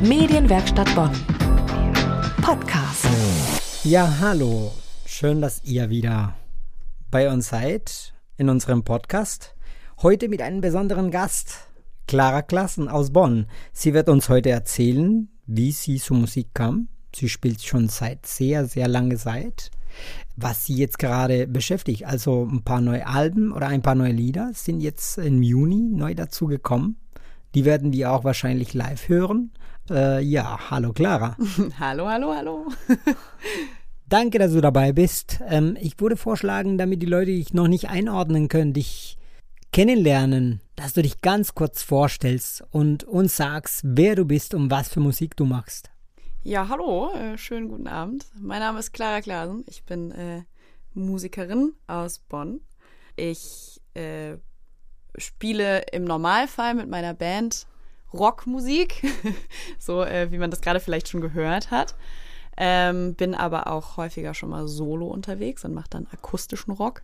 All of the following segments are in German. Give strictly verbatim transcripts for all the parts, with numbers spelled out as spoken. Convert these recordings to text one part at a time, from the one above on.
Medienwerkstatt Bonn. Podcast. Ja, hallo. Schön, dass ihr wieder bei uns seid in unserem Podcast. Heute mit einem besonderen Gast, Clara Classen aus Bonn. Sie wird uns heute erzählen, wie sie zur Musik kam. Sie spielt schon seit sehr, sehr langer Zeit. Was sie jetzt gerade beschäftigt, also ein paar neue Alben oder ein paar neue Lieder sind jetzt im Juni neu dazu gekommen. Die werden wir auch wahrscheinlich live hören. Äh, ja, hallo Clara. Hallo, hallo, hallo. Danke, dass du dabei bist. Ähm, ich würde vorschlagen, damit die Leute dich noch nicht einordnen können, dich kennenlernen, dass du dich ganz kurz vorstellst und uns sagst, wer du bist und was für Musik du machst. Ja, hallo, äh, schönen guten Abend. Mein Name ist Clara Classen. Ich bin äh, Musikerin aus Bonn. Ich äh, spiele im Normalfall mit meiner Band Rockmusik, so äh, wie man das gerade vielleicht schon gehört hat. Ähm, bin aber auch häufiger schon mal solo unterwegs und mache dann akustischen Rock.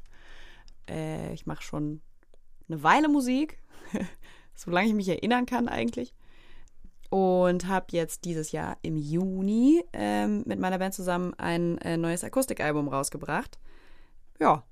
Äh, ich mache schon eine Weile Musik, solange ich mich erinnern kann eigentlich. Und habe jetzt dieses Jahr im Juni ähm, mit meiner Band zusammen ein äh, neues Akustikalbum rausgebracht. Ja.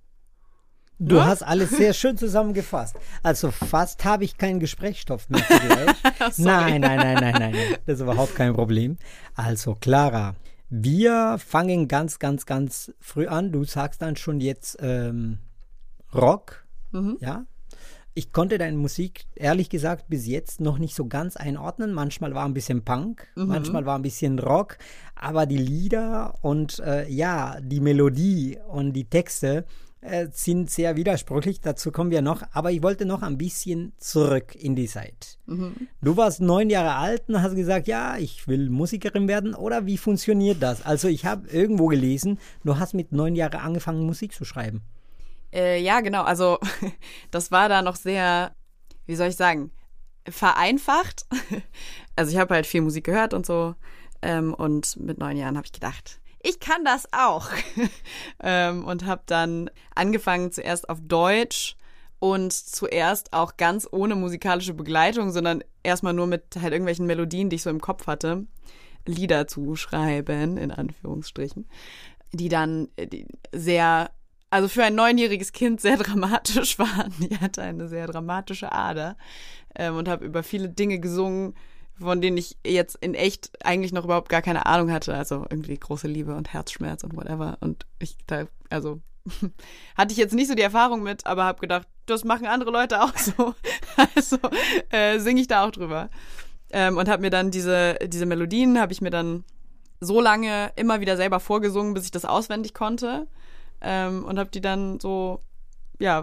Du ja? hast alles sehr schön zusammengefasst. Also fast habe ich keinen Gesprächsstoff mehr für dich. Nein, nein, nein, nein, nein, nein. Das ist überhaupt kein Problem. Also Clara, wir fangen ganz, ganz, ganz früh an. Du sagst dann schon jetzt ähm, Rock, Mhm. ja? Ich konnte deine Musik, ehrlich gesagt, bis jetzt noch nicht so ganz einordnen. Manchmal war ein bisschen Punk, Mhm. manchmal war ein bisschen Rock. Aber die Lieder und äh, ja, die Melodie und die Texte äh, sind sehr widersprüchlich. Dazu kommen wir noch. Aber ich wollte noch ein bisschen zurück in die Zeit. Mhm. Du warst neun Jahre alt und hast gesagt, ja, ich will Musikerin werden. Oder wie funktioniert das? Also ich habe irgendwo gelesen, du hast mit neun Jahren angefangen, Musik zu schreiben. Äh, ja, genau. Also das war da noch sehr, wie soll ich sagen, vereinfacht. Also ich habe halt viel Musik gehört und so. Ähm, und mit neun Jahren habe ich gedacht, ich kann das auch. ähm, und habe dann angefangen zuerst auf Deutsch und zuerst auch ganz ohne musikalische Begleitung, sondern erstmal nur mit halt irgendwelchen Melodien, die ich so im Kopf hatte, Lieder zu schreiben, in Anführungsstrichen, die dann die sehr... Also für ein neunjähriges Kind sehr dramatisch waren. Die hatte eine sehr dramatische Ader ähm, und habe über viele Dinge gesungen, von denen ich jetzt in echt eigentlich noch überhaupt gar keine Ahnung hatte. Also irgendwie große Liebe und Herzschmerz und whatever. Und ich da, also hatte ich jetzt nicht so die Erfahrung mit, aber habe gedacht, das machen andere Leute auch so. Also äh, singe ich da auch drüber. Ähm, und habe mir dann diese, diese Melodien, habe ich mir dann so lange immer wieder selber vorgesungen, bis ich das auswendig konnte. Ähm, und habe die dann so, ja,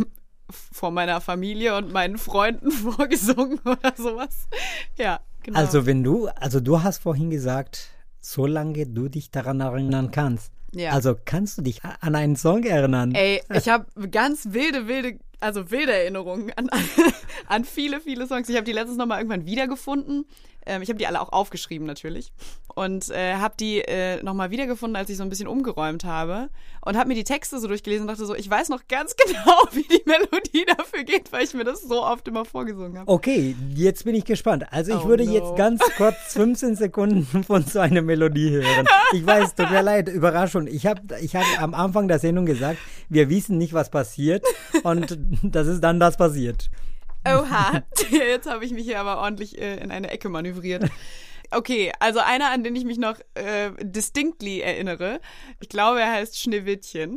vor meiner Familie und meinen Freunden vorgesungen oder sowas. Ja, genau. Also wenn du, also du hast vorhin gesagt, solange du dich daran erinnern kannst. Ja. Also kannst du dich an einen Song erinnern? Ey, ich habe ganz wilde, wilde, also wilde Erinnerungen an, an viele, viele Songs. Ich habe die letztens nochmal irgendwann wiedergefunden. Ähm, ich habe die alle auch aufgeschrieben natürlich. Und äh, habe die äh, nochmal wiedergefunden, als ich so ein bisschen umgeräumt habe. Und habe mir die Texte so durchgelesen und dachte so, ich weiß noch ganz genau, wie die Melodie dafür geht, weil ich mir das so oft immer vorgesungen habe. Okay, jetzt bin ich gespannt. Also ich Oh würde no. jetzt ganz kurz fünfzehn Sekunden von so einer Melodie hören. Ich weiß, tut mir leid, Überraschung. Ich habe ich hab am Anfang der Sendung gesagt, wir wissen nicht, was passiert. Und das ist dann das passiert. Oha, jetzt habe ich mich hier aber ordentlich äh, in eine Ecke manövriert. Okay, also einer, an den ich mich noch äh, distinctly erinnere, ich glaube, er heißt Schneewittchen.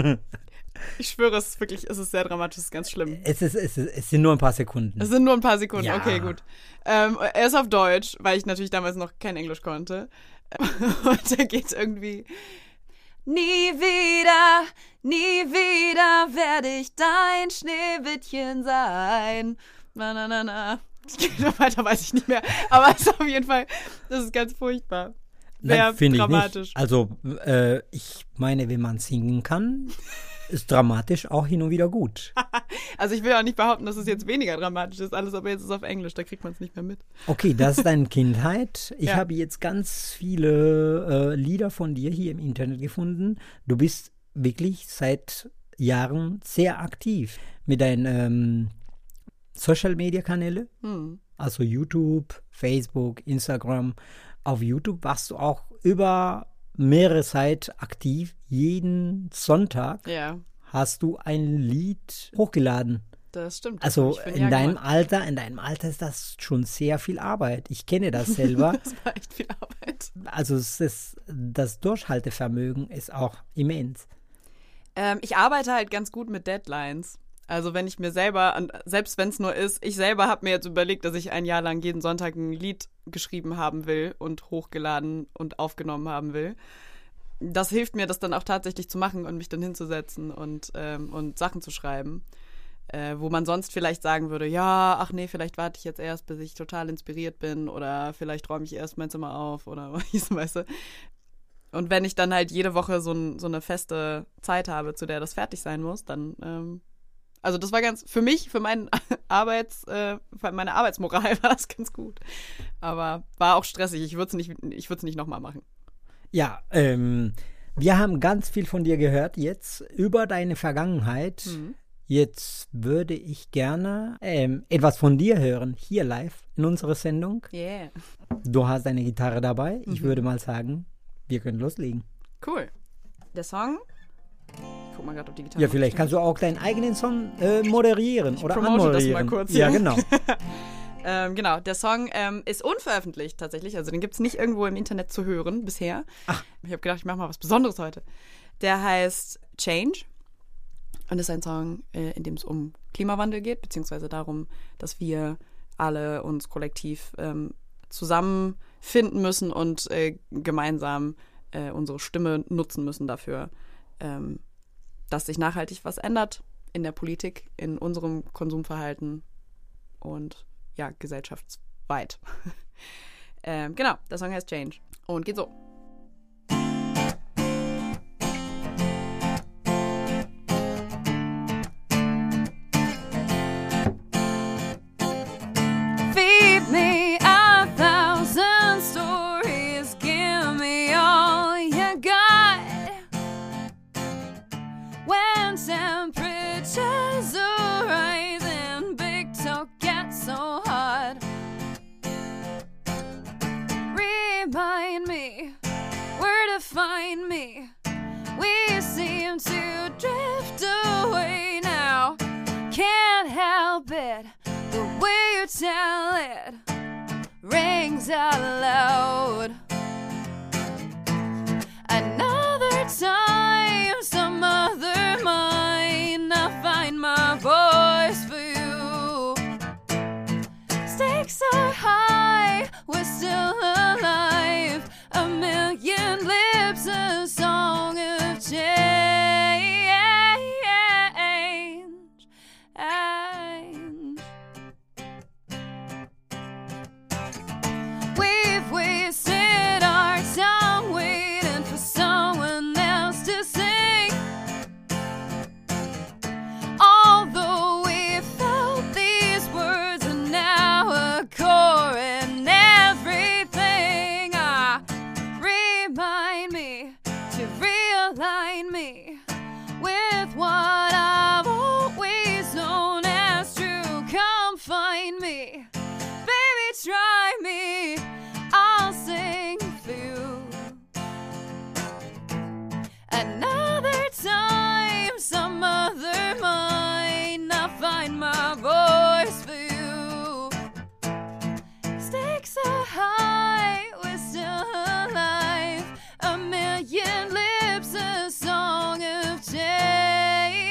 Ich schwöre, es ist wirklich, es ist sehr dramatisch, es ist ganz schlimm. Es, ist, es, ist, es sind nur ein paar Sekunden. Es sind nur ein paar Sekunden, Ja. Okay, gut. Ähm, er ist auf Deutsch, weil ich natürlich damals noch kein Englisch konnte. Und er geht irgendwie... Nie wieder, nie wieder werde ich dein Schneewittchen sein. Na, na, na, na. Weiter weiß ich nicht mehr. Aber es ist auf jeden Fall, das ist ganz furchtbar. Sehr Nein, finde ich dramatisch. nicht. Also äh, ich meine, wenn man singen kann, ist dramatisch auch hin und wieder gut. Also ich will auch nicht behaupten, dass es jetzt weniger dramatisch ist. Alles aber jetzt ist auf Englisch, da kriegt man es nicht mehr mit. Okay, das ist deine Kindheit. Ich Ja. habe jetzt ganz viele äh, Lieder von dir hier im Internet gefunden. Du bist wirklich seit Jahren sehr aktiv mit deinen ähm, Social-Media-Kanälen. Hm. Also YouTube, Facebook, Instagram. Auf YouTube warst du auch über mehrere Zeit aktiv. Jeden Sonntag Ja, hast du ein Lied hochgeladen. das stimmt. Das Also hab ich für ein in Jahr deinem gemacht. Alter, in deinem Alter ist das schon sehr viel Arbeit. Ich kenne das selber. Das war echt viel Arbeit. Also es ist, das Durchhaltevermögen ist auch immens. Ähm, ich arbeite halt ganz gut mit Deadlines. Also wenn ich mir selber, und selbst wenn es nur ist, ich selber habe mir jetzt überlegt, dass ich ein Jahr lang jeden Sonntag ein Lied geschrieben haben will und hochgeladen und aufgenommen haben will. Das hilft mir, das dann auch tatsächlich zu machen und mich dann hinzusetzen und, ähm, und Sachen zu schreiben. Äh, wo man sonst vielleicht sagen würde, ja, ach nee, vielleicht warte ich jetzt erst, bis ich total inspiriert bin oder vielleicht räume ich erst mein Zimmer auf oder weißt du. Und wenn ich dann halt jede Woche so, ein, so eine feste Zeit habe, zu der das fertig sein muss, dann, ähm, also das war ganz, für mich, für meinen Arbeits, äh, für meine Arbeitsmoral war das ganz gut. Aber war auch stressig, ich würde es nicht, ich würde es nicht nochmal machen. Ja, ähm, wir haben ganz viel von dir gehört jetzt über deine Vergangenheit. Mhm. Jetzt würde ich gerne ähm, etwas von dir hören, hier live in unserer Sendung. Yeah. Du hast deine Gitarre dabei. Ich Mhm. würde mal sagen, wir können loslegen. Cool. Der Song, ich guck mal gerade, ob die Gitarre Ja, vielleicht kannst du auch deinen eigenen Song äh, moderieren oder promote das anmoderieren. mal kurz Ja, hier. genau. Ähm, genau, der Song ähm, ist unveröffentlicht tatsächlich, also den gibt es nicht irgendwo im Internet zu hören bisher. Ach. Ich habe gedacht, ich mache mal was Besonderes heute. Der heißt Change und ist ein Song, äh, in dem es um Klimawandel geht, beziehungsweise darum, dass wir alle uns kollektiv ähm, zusammenfinden müssen und äh, gemeinsam äh, unsere Stimme nutzen müssen dafür, ähm, dass sich nachhaltig was ändert in der Politik, in unserem Konsumverhalten und ja, gesellschaftsweit. ähm, genau, der Song heißt Change und geht so. Feed me a thousand stories, give me all you got. When temperatures are rising, big talk gets so hot. Remind me where to find me. We seem to drift away now. Can't help it, the way you tell it rings out loud. Another time, some other mind, I find my voice for you. Stakes are high, we're still alive. A million lips, a song of change. We've wasted our time waiting for someone else to sing. Although we felt these words are now a core in everything. Ah, remind me to realign me with what I've always known as true. Come find me, baby, try me. I'll sing for you. Another time, some other mind, I find my voice for you. Stakes are high, we're still alive. A million lips, a song of change.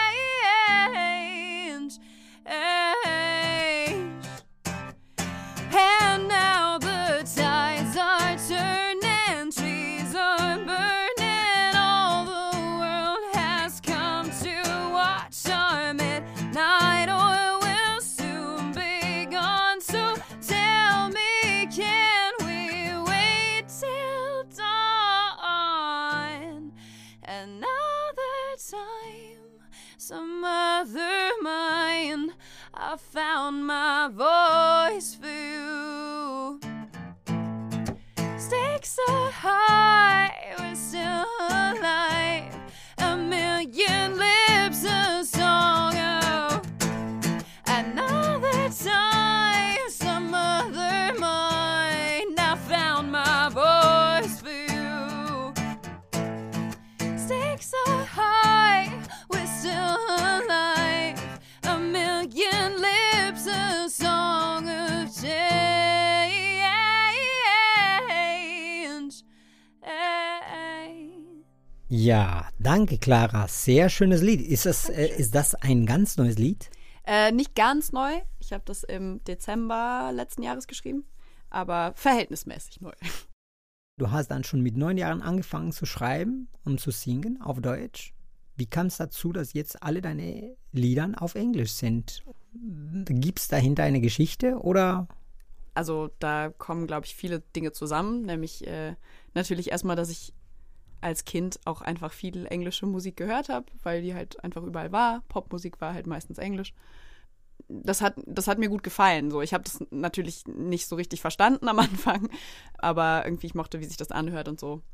And now the tides are turning, trees are burning. All the world has come to watch our midnight oil will soon be gone. So tell me, can we wait till dawn? Another time, some other mind, I found my voice for you. Stakes are high, we're still alive. A million lips, a song of another time, some Ja, danke, Clara. Sehr schönes Lied. Ist das, äh, ist das ein ganz neues Lied? Äh, nicht ganz neu. Ich habe das im Dezember letzten Jahres geschrieben, aber verhältnismäßig neu. Du hast dann schon mit neun Jahren angefangen zu schreiben und zu singen auf Deutsch. Wie kam es dazu, dass jetzt alle deine Lieder auf Englisch sind? Gibt es dahinter eine Geschichte oder? Also da kommen, glaube ich, viele Dinge zusammen. Nämlich äh, natürlich erstmal, dass ich als Kind auch einfach viel englische Musik gehört habe, weil die halt einfach überall war. Popmusik war halt meistens Englisch. Das hat, das hat mir gut gefallen. So, ich habe das natürlich nicht so richtig verstanden am Anfang, aber irgendwie ich mochte, wie sich das anhört und so.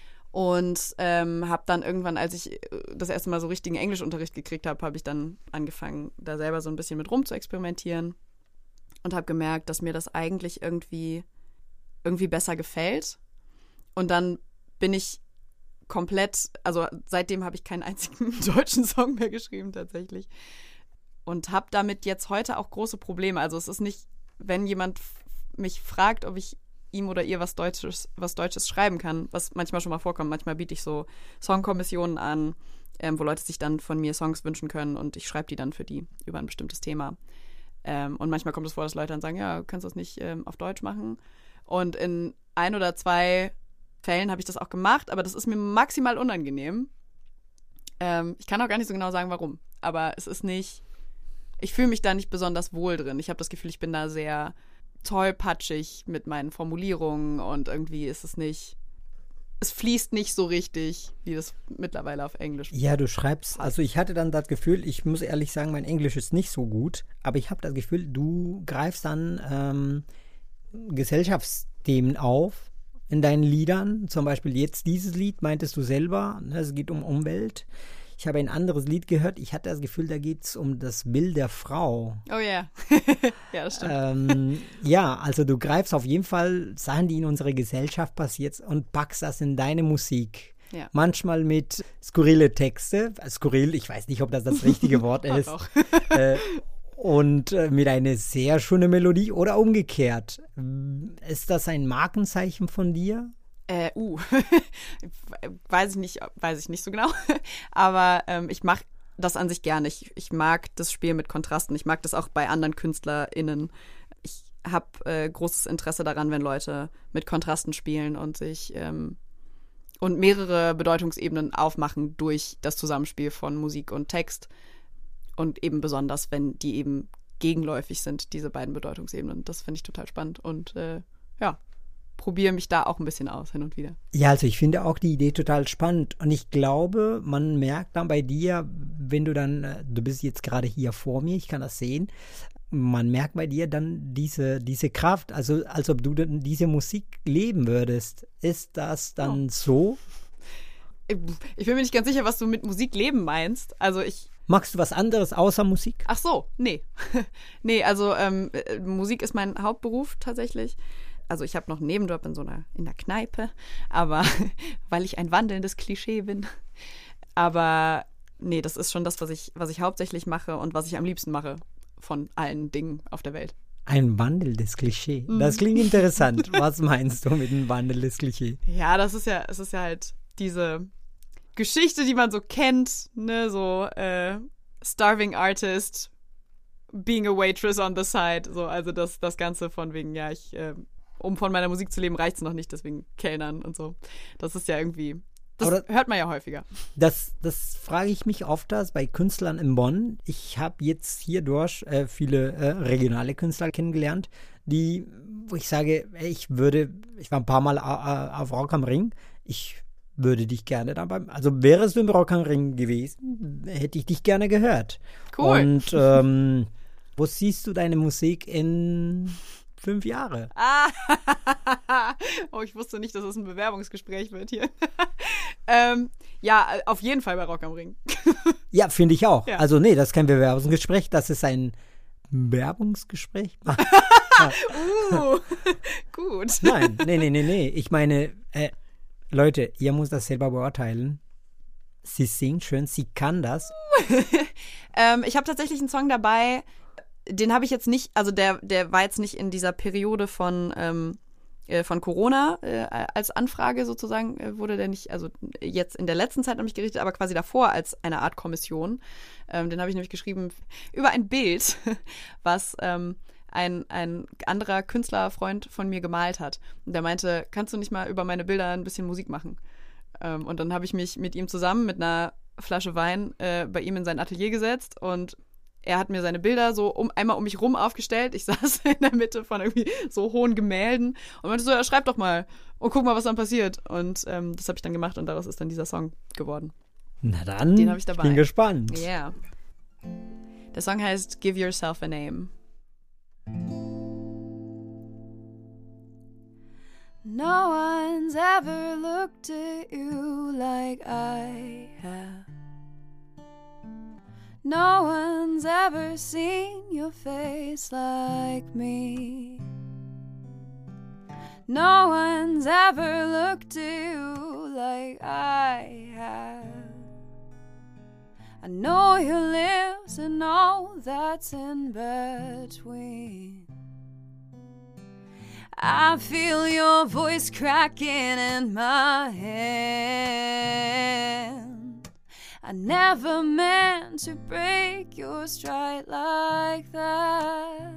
Und ähm, habe dann irgendwann, als ich das erste Mal so richtigen Englischunterricht gekriegt habe, habe ich dann angefangen, da selber so ein bisschen mit rum zu experimentieren und habe gemerkt, dass mir das eigentlich irgendwie, irgendwie besser gefällt. Und dann bin ich komplett, also seitdem habe ich keinen einzigen deutschen Song mehr geschrieben tatsächlich. Und habe damit jetzt heute auch große Probleme. Also es ist nicht, wenn jemand f- mich fragt, ob ich ihm oder ihr was Deutsches, was Deutsches schreiben kann, was manchmal schon mal vorkommt. Manchmal biete ich so Songkommissionen an, ähm, wo Leute sich dann von mir Songs wünschen können und ich schreibe die dann für die über ein bestimmtes Thema. Ähm, und manchmal kommt es vor, dass Leute dann sagen, ja, kannst du das nicht ähm, auf Deutsch machen? Und in ein oder zwei Fällen habe ich das auch gemacht, aber das ist mir maximal unangenehm. Ähm, ich kann auch gar nicht so genau sagen, warum. Aber es ist nicht, ich fühle mich da nicht besonders wohl drin. Ich habe das Gefühl, ich bin da sehr tollpatschig mit meinen Formulierungen und irgendwie ist es nicht, es fließt nicht so richtig, wie das mittlerweile auf Englisch. Ja, du schreibst, also ich hatte dann das Gefühl, ich muss ehrlich sagen, mein Englisch ist nicht so gut, aber ich habe das Gefühl, du greifst dann ähm, Gesellschaftsthemen auf in deinen Liedern. Zum Beispiel jetzt dieses Lied, meintest du selber, ne, es geht um Umwelt. Ich habe ein anderes Lied gehört, ich hatte das Gefühl, da geht es um das Bild der Frau. Oh yeah. Ja, das stimmt. Ähm, ja, also du greifst auf jeden Fall Sachen, die in unserer Gesellschaft passieren und packst das in deine Musik. Ja. Manchmal mit skurrile Texte, skurril, ich weiß nicht, ob das das richtige Wort ist, Auch. äh, und äh, mit einer sehr schönen Melodie oder umgekehrt. Ist das ein Markenzeichen von dir? Äh, uh, weiß ich nicht, weiß ich nicht so genau. Aber ähm, ich mache das an sich gerne. Ich, ich mag das Spiel mit Kontrasten. Ich mag das auch bei anderen KünstlerInnen. Ich habe äh, großes Interesse daran, wenn Leute mit Kontrasten spielen und sich ähm, und mehrere Bedeutungsebenen aufmachen durch das Zusammenspiel von Musik und Text. Und eben besonders, wenn die eben gegenläufig sind, diese beiden Bedeutungsebenen. Das finde ich total spannend. Und äh, ja, probiere mich da auch ein bisschen aus, hin und wieder. Ja, also ich finde auch die Idee total spannend und ich glaube, man merkt dann bei dir, wenn du dann, du bist jetzt gerade hier vor mir, ich kann das sehen, man merkt bei dir dann diese, diese Kraft, also als ob du dann diese Musik leben würdest. Ist das dann oh. so? Ich bin mir nicht ganz sicher, was du mit Musik leben meinst. Also ich Magst du was anderes außer Musik? Ach so, nee. Nee, also ähm, Musik ist mein Hauptberuf tatsächlich. Also ich habe noch einen Nebenjob in so einer, in der Kneipe, aber weil ich ein wandelndes Klischee bin. Aber nee, das ist schon das, was ich, was ich hauptsächlich mache und was ich am liebsten mache von allen Dingen auf der Welt. Ein wandelndes Klischee. Das klingt interessant. Was meinst du mit einem wandelndes Klischee? Ja, das ist ja, es ist ja halt diese Geschichte, die man so kennt, ne, so äh, Starving Artist, being a waitress on the side, so, also das, das Ganze von wegen, ja, ich, äh, um von meiner Musik zu leben, reicht es noch nicht, deswegen Kellnern und so. Das ist ja irgendwie, das das hört man ja häufiger. Das, das frage ich mich oft das bei Künstlern in Bonn. Ich habe jetzt hierdurch äh, viele äh, regionale Künstler kennengelernt, die, wo ich sage, ich würde, ich war ein paar Mal äh, auf Rock am Ring, ich würde dich gerne dabei, also wärest du im Rock am Ring gewesen, hätte ich dich gerne gehört. Cool. Und ähm, wo siehst du deine Musik in fünf Jahren? Ah, oh, ich wusste nicht, dass es ein Bewerbungsgespräch wird hier. ähm, ja, auf jeden Fall bei Rock am Ring. Ja, finde ich auch. Ja. Also nee, das ist kein Bewerbungsgespräch, das ist ein Werbungsgespräch. uh, gut. Nein, nee, nee, nee, nee. Ich meine, äh, Leute, ihr müsst das selber beurteilen. Sie singt schön, sie kann das. ähm, ich habe tatsächlich einen Song dabei, den habe ich jetzt nicht, also der, der war jetzt nicht in dieser Periode von, ähm, äh, von Corona äh, als Anfrage sozusagen äh, wurde der nicht, also jetzt in der letzten Zeit an mich gerichtet, aber quasi davor als eine Art Kommission. Ähm, den habe ich nämlich geschrieben über ein Bild, was ähm, ein, ein anderer Künstlerfreund von mir gemalt hat. Und der meinte, kannst du nicht mal über meine Bilder ein bisschen Musik machen? Ähm, und dann habe ich mich mit ihm zusammen mit einer Flasche Wein äh, bei ihm in sein Atelier gesetzt und er hat mir seine Bilder so um, einmal um mich rum aufgestellt. Ich saß in der Mitte von irgendwie so hohen Gemälden und meinte so, ja, schreib doch mal und guck mal, was dann passiert. Und ähm, das habe ich dann gemacht und daraus ist dann dieser Song geworden. Na dann, Den habe ich dabei. bin gespannt. Ja. Yeah. Der Song heißt Give Yourself a Name. No one's ever looked at you like I have. No one's ever seen your face like me. No one's ever looked at you like I have. I know your lips and all that's in between. I feel your voice cracking in my hand. I never meant to break your stride like that.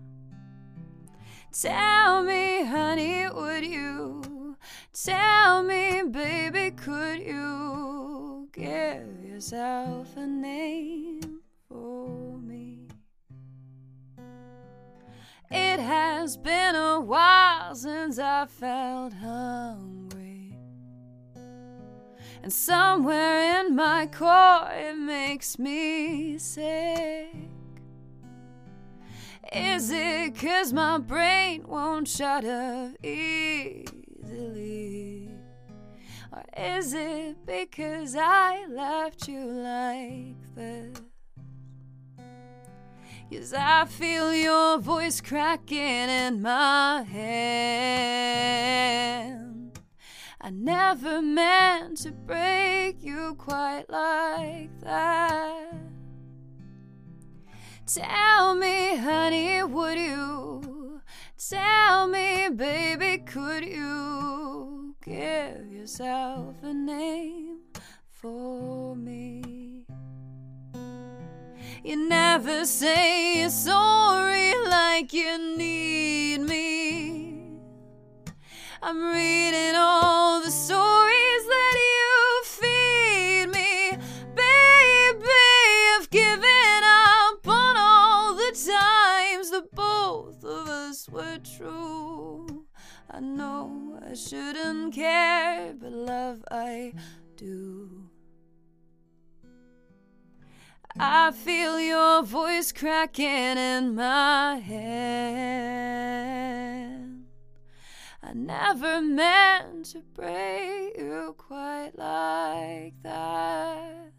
Tell me, honey, would you? Tell me, baby, could you give yourself a name for me? It has been a while since I felt hungry, and somewhere in my core it makes me sick. Is it 'cause my brain won't shut up easily? Or is it because I left you like this? 'Cause I feel your voice cracking in my hand. I never meant to break you quite like that. Tell me, honey, would you? Tell me, baby, could you give yourself a name for me? You never say you're sorry like you need me. I'm reading all the stories that you feed me. Baby, I've given up on all the times that both of us were true. I know I shouldn't care, but love I do. I feel your voice cracking in my hand. I never meant to break you quite like that.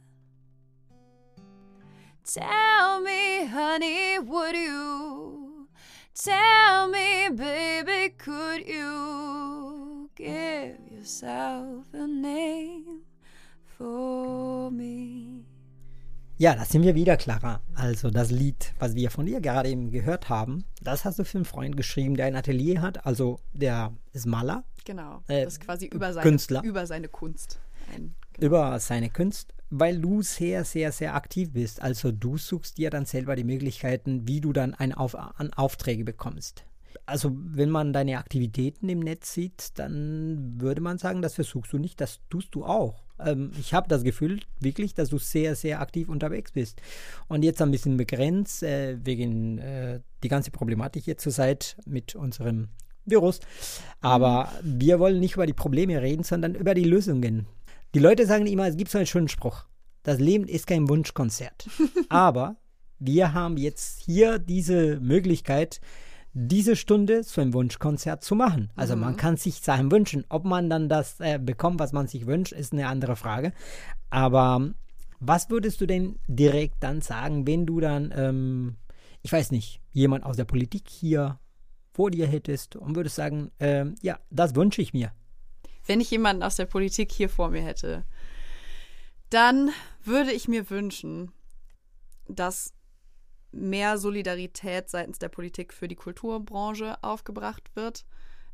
Tell me, honey, would you? Tell me, baby, could you give yourself a name for me? Ja, da sind wir wieder, Clara. Also das Lied, was wir von dir gerade eben gehört haben, das hast du für einen Freund geschrieben, der ein Atelier hat. Also der ist Maler. Genau, äh, das ist quasi über seine, Künstler. über seine Kunst. Ein, genau. Über seine Kunst, weil du sehr, sehr, sehr aktiv bist. Also du suchst dir dann selber die Möglichkeiten, wie du dann ein Auf, an Aufträge bekommst. Also wenn man deine Aktivitäten im Netz sieht, dann würde man sagen, das versuchst du nicht, das tust du auch. Ähm, ich habe das Gefühl wirklich, dass du sehr, sehr aktiv unterwegs bist. Und jetzt ein bisschen begrenzt, äh, wegen äh, die ganze Problematik jetzt zur Zeit mit unserem Virus. Aber mhm. wir wollen nicht über die Probleme reden, sondern über die Lösungen. Die Leute sagen immer, es gibt so einen schönen Spruch, das Leben ist kein Wunschkonzert. Aber wir haben jetzt hier diese Möglichkeit, diese Stunde zu einem Wunschkonzert zu machen. Also mhm. man kann sich Sachen wünschen. Ob man dann das äh, bekommt, was man sich wünscht, ist eine andere Frage. Aber was würdest du denn direkt dann sagen, wenn du dann, ähm, ich weiß nicht, jemand aus der Politik hier vor dir hättest und würdest sagen, ähm, ja, das wünsche ich mir. Wenn ich jemanden aus der Politik hier vor mir hätte, dann würde ich mir wünschen, dass mehr Solidarität seitens der Politik für die Kulturbranche aufgebracht wird.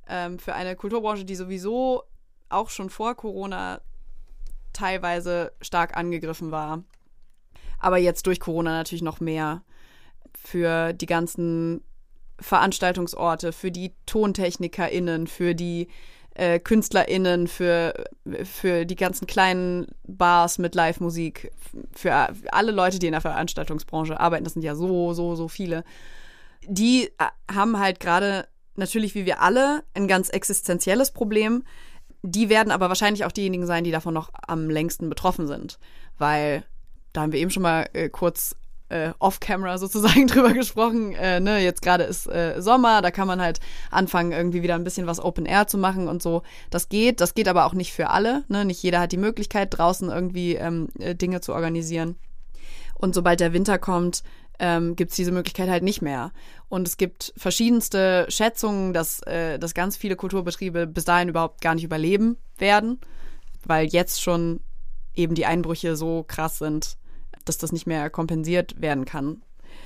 ähm, für eine Kulturbranche, die sowieso auch schon vor Corona teilweise stark angegriffen war. Aber jetzt durch Corona natürlich noch mehr. Für die ganzen Veranstaltungsorte, für die TontechnikerInnen, für die äh, KünstlerInnen, für, für die ganzen kleinen Bars mit Live-Musik, für alle Leute, die in der Veranstaltungsbranche arbeiten, das sind ja so, so, so viele. Die haben halt gerade natürlich, wie wir alle, ein ganz existenzielles Problem. Die werden aber wahrscheinlich auch diejenigen sein, die davon noch am längsten betroffen sind. Weil, da haben wir eben schon mal äh, kurz äh, off-camera sozusagen drüber gesprochen. Äh, ne, jetzt gerade ist äh, Sommer, da kann man halt anfangen, irgendwie wieder ein bisschen was Open Air zu machen und so. Das geht, das geht aber auch nicht für alle. Ne? Nicht jeder hat die Möglichkeit, draußen irgendwie ähm, äh, Dinge zu organisieren. Und sobald der Winter kommt, ähm, gibt es diese Möglichkeit halt nicht mehr. Und es gibt verschiedenste Schätzungen, dass, äh, dass ganz viele Kulturbetriebe bis dahin überhaupt gar nicht überleben werden, weil jetzt schon eben die Einbrüche so krass sind, dass das nicht mehr kompensiert werden kann.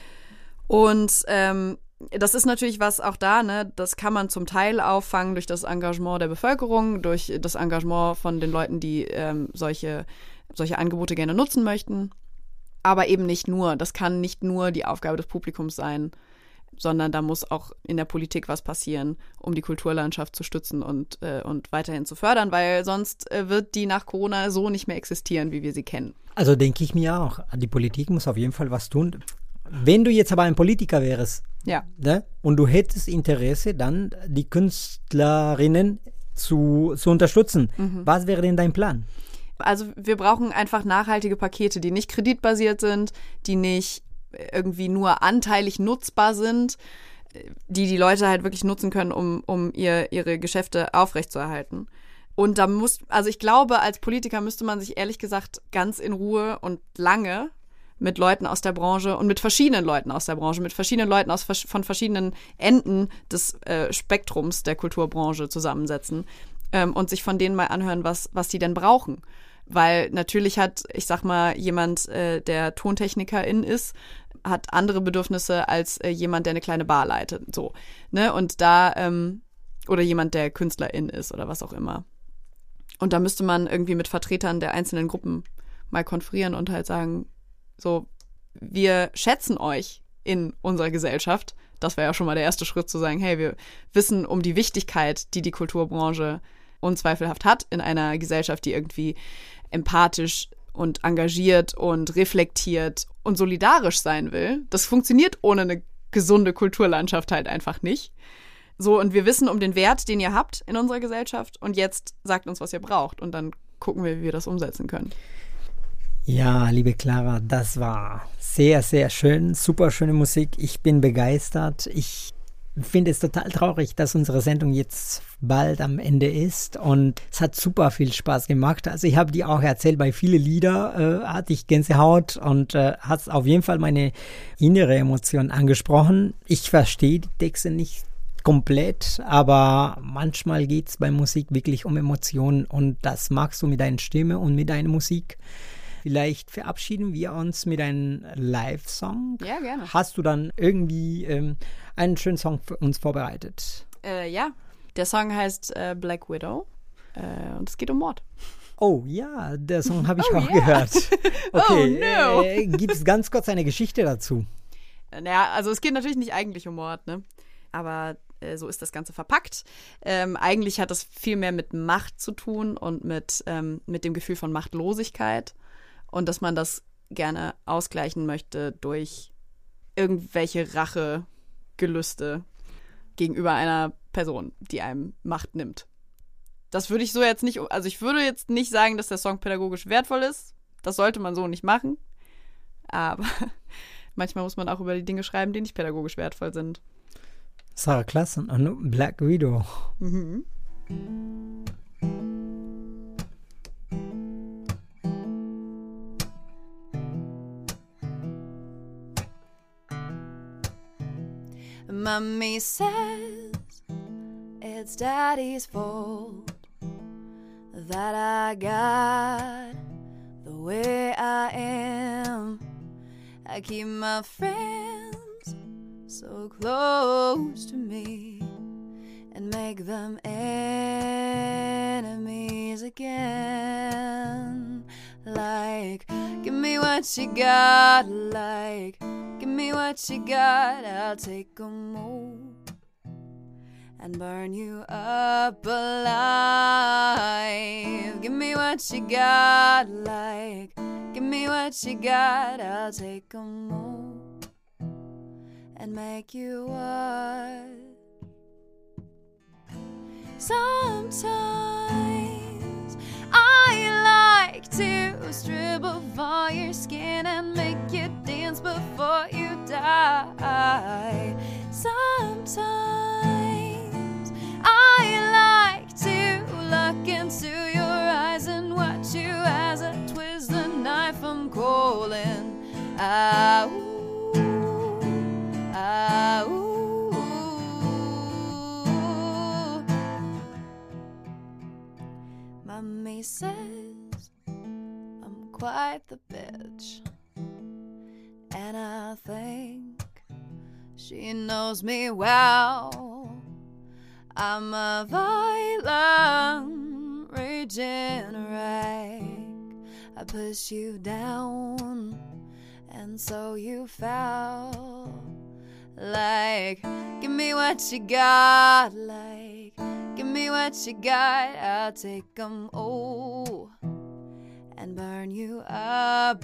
Und ähm, das ist natürlich was auch da, ne, das kann man zum Teil auffangen durch das Engagement der Bevölkerung, durch das Engagement von den Leuten, die ähm, solche, solche Angebote gerne nutzen möchten. Aber eben nicht nur. Das kann nicht nur die Aufgabe des Publikums sein, sondern da muss auch in der Politik was passieren, um die Kulturlandschaft zu stützen und, äh, und weiterhin zu fördern, weil sonst äh, wird die nach Corona so nicht mehr existieren, wie wir sie kennen. Also denke ich mir auch, die Politik muss auf jeden Fall was tun. Wenn du jetzt aber ein Politiker wärst, ja. ne, und du hättest Interesse, dann die Künstlerinnen zu, zu unterstützen, mhm. was wäre denn dein Plan? Also wir brauchen einfach nachhaltige Pakete, die nicht kreditbasiert sind, die nicht irgendwie nur anteilig nutzbar sind, die die Leute halt wirklich nutzen können, um, um ihr, ihre Geschäfte aufrechtzuerhalten. Und da muss, also ich glaube, als Politiker müsste man sich ehrlich gesagt ganz in Ruhe und lange mit Leuten aus der Branche und mit verschiedenen Leuten aus der Branche, mit verschiedenen Leuten aus, von verschiedenen Enden des äh, Spektrums der Kulturbranche zusammensetzen ähm, und sich von denen mal anhören, was, was die denn brauchen. Weil natürlich hat, ich sag mal, jemand, äh, der Tontechnikerin ist, hat andere Bedürfnisse als äh, jemand, der eine kleine Bar leitet. So, ne? Und da, ähm, oder jemand, der Künstlerin ist oder was auch immer. Und da müsste man irgendwie mit Vertretern der einzelnen Gruppen mal konferieren und halt sagen, so, wir schätzen euch in unserer Gesellschaft. Das wäre ja schon mal der erste Schritt, zu sagen, hey, wir wissen um die Wichtigkeit, die die Kulturbranche unzweifelhaft hat in einer Gesellschaft, die irgendwie empathisch und engagiert und reflektiert und solidarisch sein will. Das funktioniert ohne eine gesunde Kulturlandschaft halt einfach nicht. So, und wir wissen um den Wert, den ihr habt in unserer Gesellschaft, und jetzt sagt uns, was ihr braucht, und dann gucken wir, wie wir das umsetzen können. Ja, liebe Clara, das war sehr, sehr schön, super schöne Musik. Ich bin begeistert. Ich finde es total traurig, dass unsere Sendung jetzt bald am Ende ist, und es hat super viel Spaß gemacht. Also ich habe dir auch erzählt, bei vielen Lieder äh, hatte ich Gänsehaut und äh, hat auf jeden Fall meine innere Emotion angesprochen. Ich verstehe die Texte nicht komplett, aber manchmal geht es bei Musik wirklich um Emotionen, und das magst du mit deiner Stimme und mit deiner Musik. Vielleicht verabschieden wir uns mit einem Live-Song. Ja, gerne. Hast du dann irgendwie ähm, einen schönen Song für uns vorbereitet? Äh, ja, der Song heißt äh, Black Widow äh, und es geht um Mord. Oh ja, der Song habe ich oh, auch yeah. gehört. Okay, oh no. äh, gibt es ganz kurz eine Geschichte dazu? Naja, also es geht natürlich nicht eigentlich um Mord, ne? Aber äh, so ist das Ganze verpackt. Ähm, eigentlich hat das viel mehr mit Macht zu tun und mit, ähm, mit dem Gefühl von Machtlosigkeit. Und dass man das gerne ausgleichen möchte durch irgendwelche Rachegelüste gegenüber einer Person, die einem Macht nimmt. Das würde ich so jetzt nicht, also ich würde jetzt nicht sagen, dass der Song pädagogisch wertvoll ist. Das sollte man so nicht machen. Aber manchmal muss man auch über die Dinge schreiben, die nicht pädagogisch wertvoll sind. Sarah Klassen und Black Widow. Mhm. Mommy says it's Daddy's fault that I got the way I am. I keep my friends so close to me and make make them enemies again. Like, give me what you got, like, give me what you got, I'll take 'em all and burn you up alive. Give me what you got, like, give me what you got, I'll take 'em all and make you watch. Sometimes I like to strip off all your skin and make you dance before you die. Sometimes I like to look into your eyes and watch you as I twist the knife I'm calling. Ah, ooh, ah, ooh. Mommy says I'm quite the bitch, and I think she knows me well. I'm a violent, raging wreck. I push you down, and so you fell. Like, give me what you got, like, give me what you got, I'll take 'em all and burn you up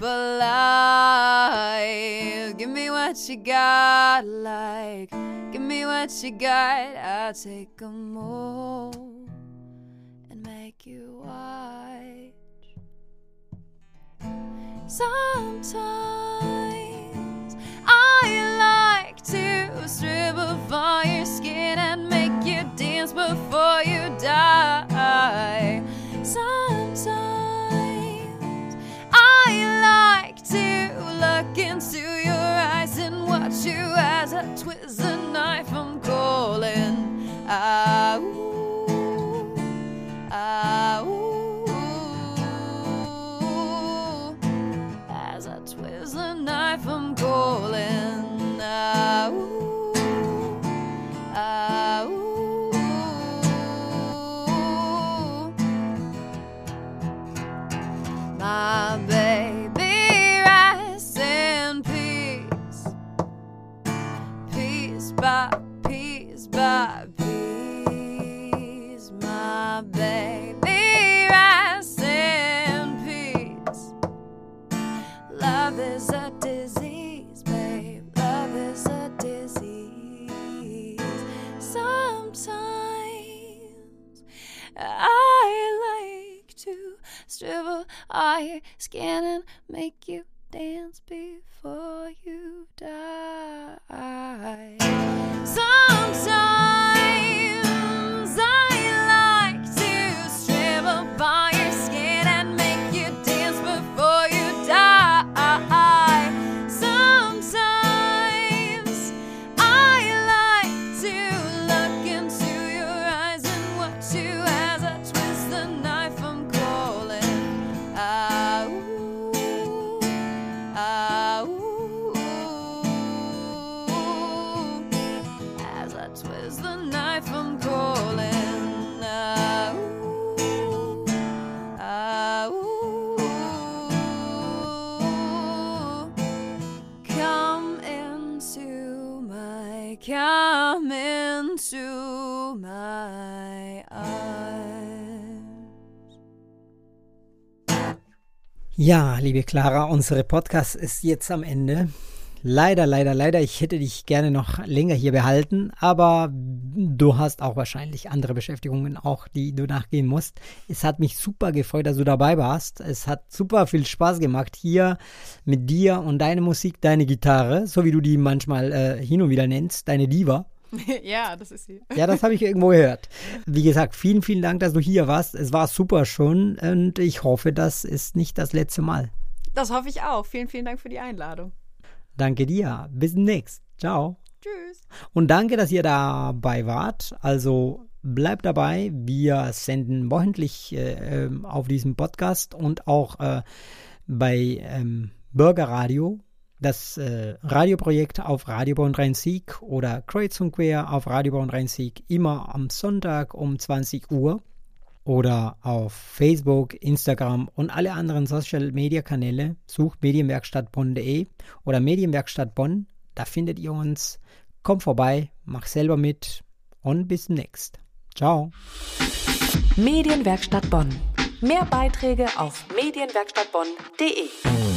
alive. Give me what you got, like, give me what you got, I'll take 'em all and make you watch. Sometimes I like to strip off all your skin and make you dance before you die. Sometimes I like to look into your eyes and watch you as I twist the knife I'm calling. Ah, ooh, ah, ooh, as I twist the knife I'm calling. Ah, ooh, ah, ooh. My baby rests in peace, piece by piece by piece. My baby rests in peace. Love is a disease, babe. Love is a disease. Sometimes I like to strip off all your skin and make you dance before you die. Sometimes I like to strip off all your skin and make you dance before you die. Sometimes I like to look into your eyes and watch you as I twist the knife I'm calling. Ah, ooh, ah, ooh, as I twist the knife I'm calling. Ah, ooh, ah, ooh, come into my, come into my eyes. Ja, liebe Clara, unsere Podcast ist jetzt am Ende. Leider, leider, leider, ich hätte dich gerne noch länger hier behalten, aber du hast auch wahrscheinlich andere Beschäftigungen auch, die du nachgehen musst. Es hat mich super gefreut, dass du dabei warst. Es hat super viel Spaß gemacht, hier mit dir und deine Musik, deine Gitarre, so wie du die manchmal äh, hin und wieder nennst, deine Diva. Ja, das ist sie. Ja, das habe ich irgendwo gehört. Wie gesagt, vielen, vielen Dank, dass du hier warst. Es war super schon und ich hoffe, das ist nicht das letzte Mal. Das hoffe ich auch. Vielen, vielen Dank für die Einladung. Danke dir. Bis demnächst. Ciao. Tschüss. Und danke, dass ihr dabei wart. Also bleibt dabei. Wir senden wochentlich äh, auf diesem Podcast und auch äh, bei ähm, Bürgerradio das äh, Radioprojekt auf Radio Bonn Rhein-Sieg oder Kreuz und Quer auf Radio Bonn Rhein-Sieg immer am Sonntag um zwanzig Uhr oder auf Facebook, Instagram und alle anderen Social-Media-Kanäle. Sucht medienwerkstatt bonn punkt de oder Medienwerkstatt Bonn, da findet ihr uns. Kommt vorbei, mach selber mit und bis demnächst. Ciao. Medienwerkstatt Bonn. Mehr Beiträge auf medienwerkstatt bonn punkt de.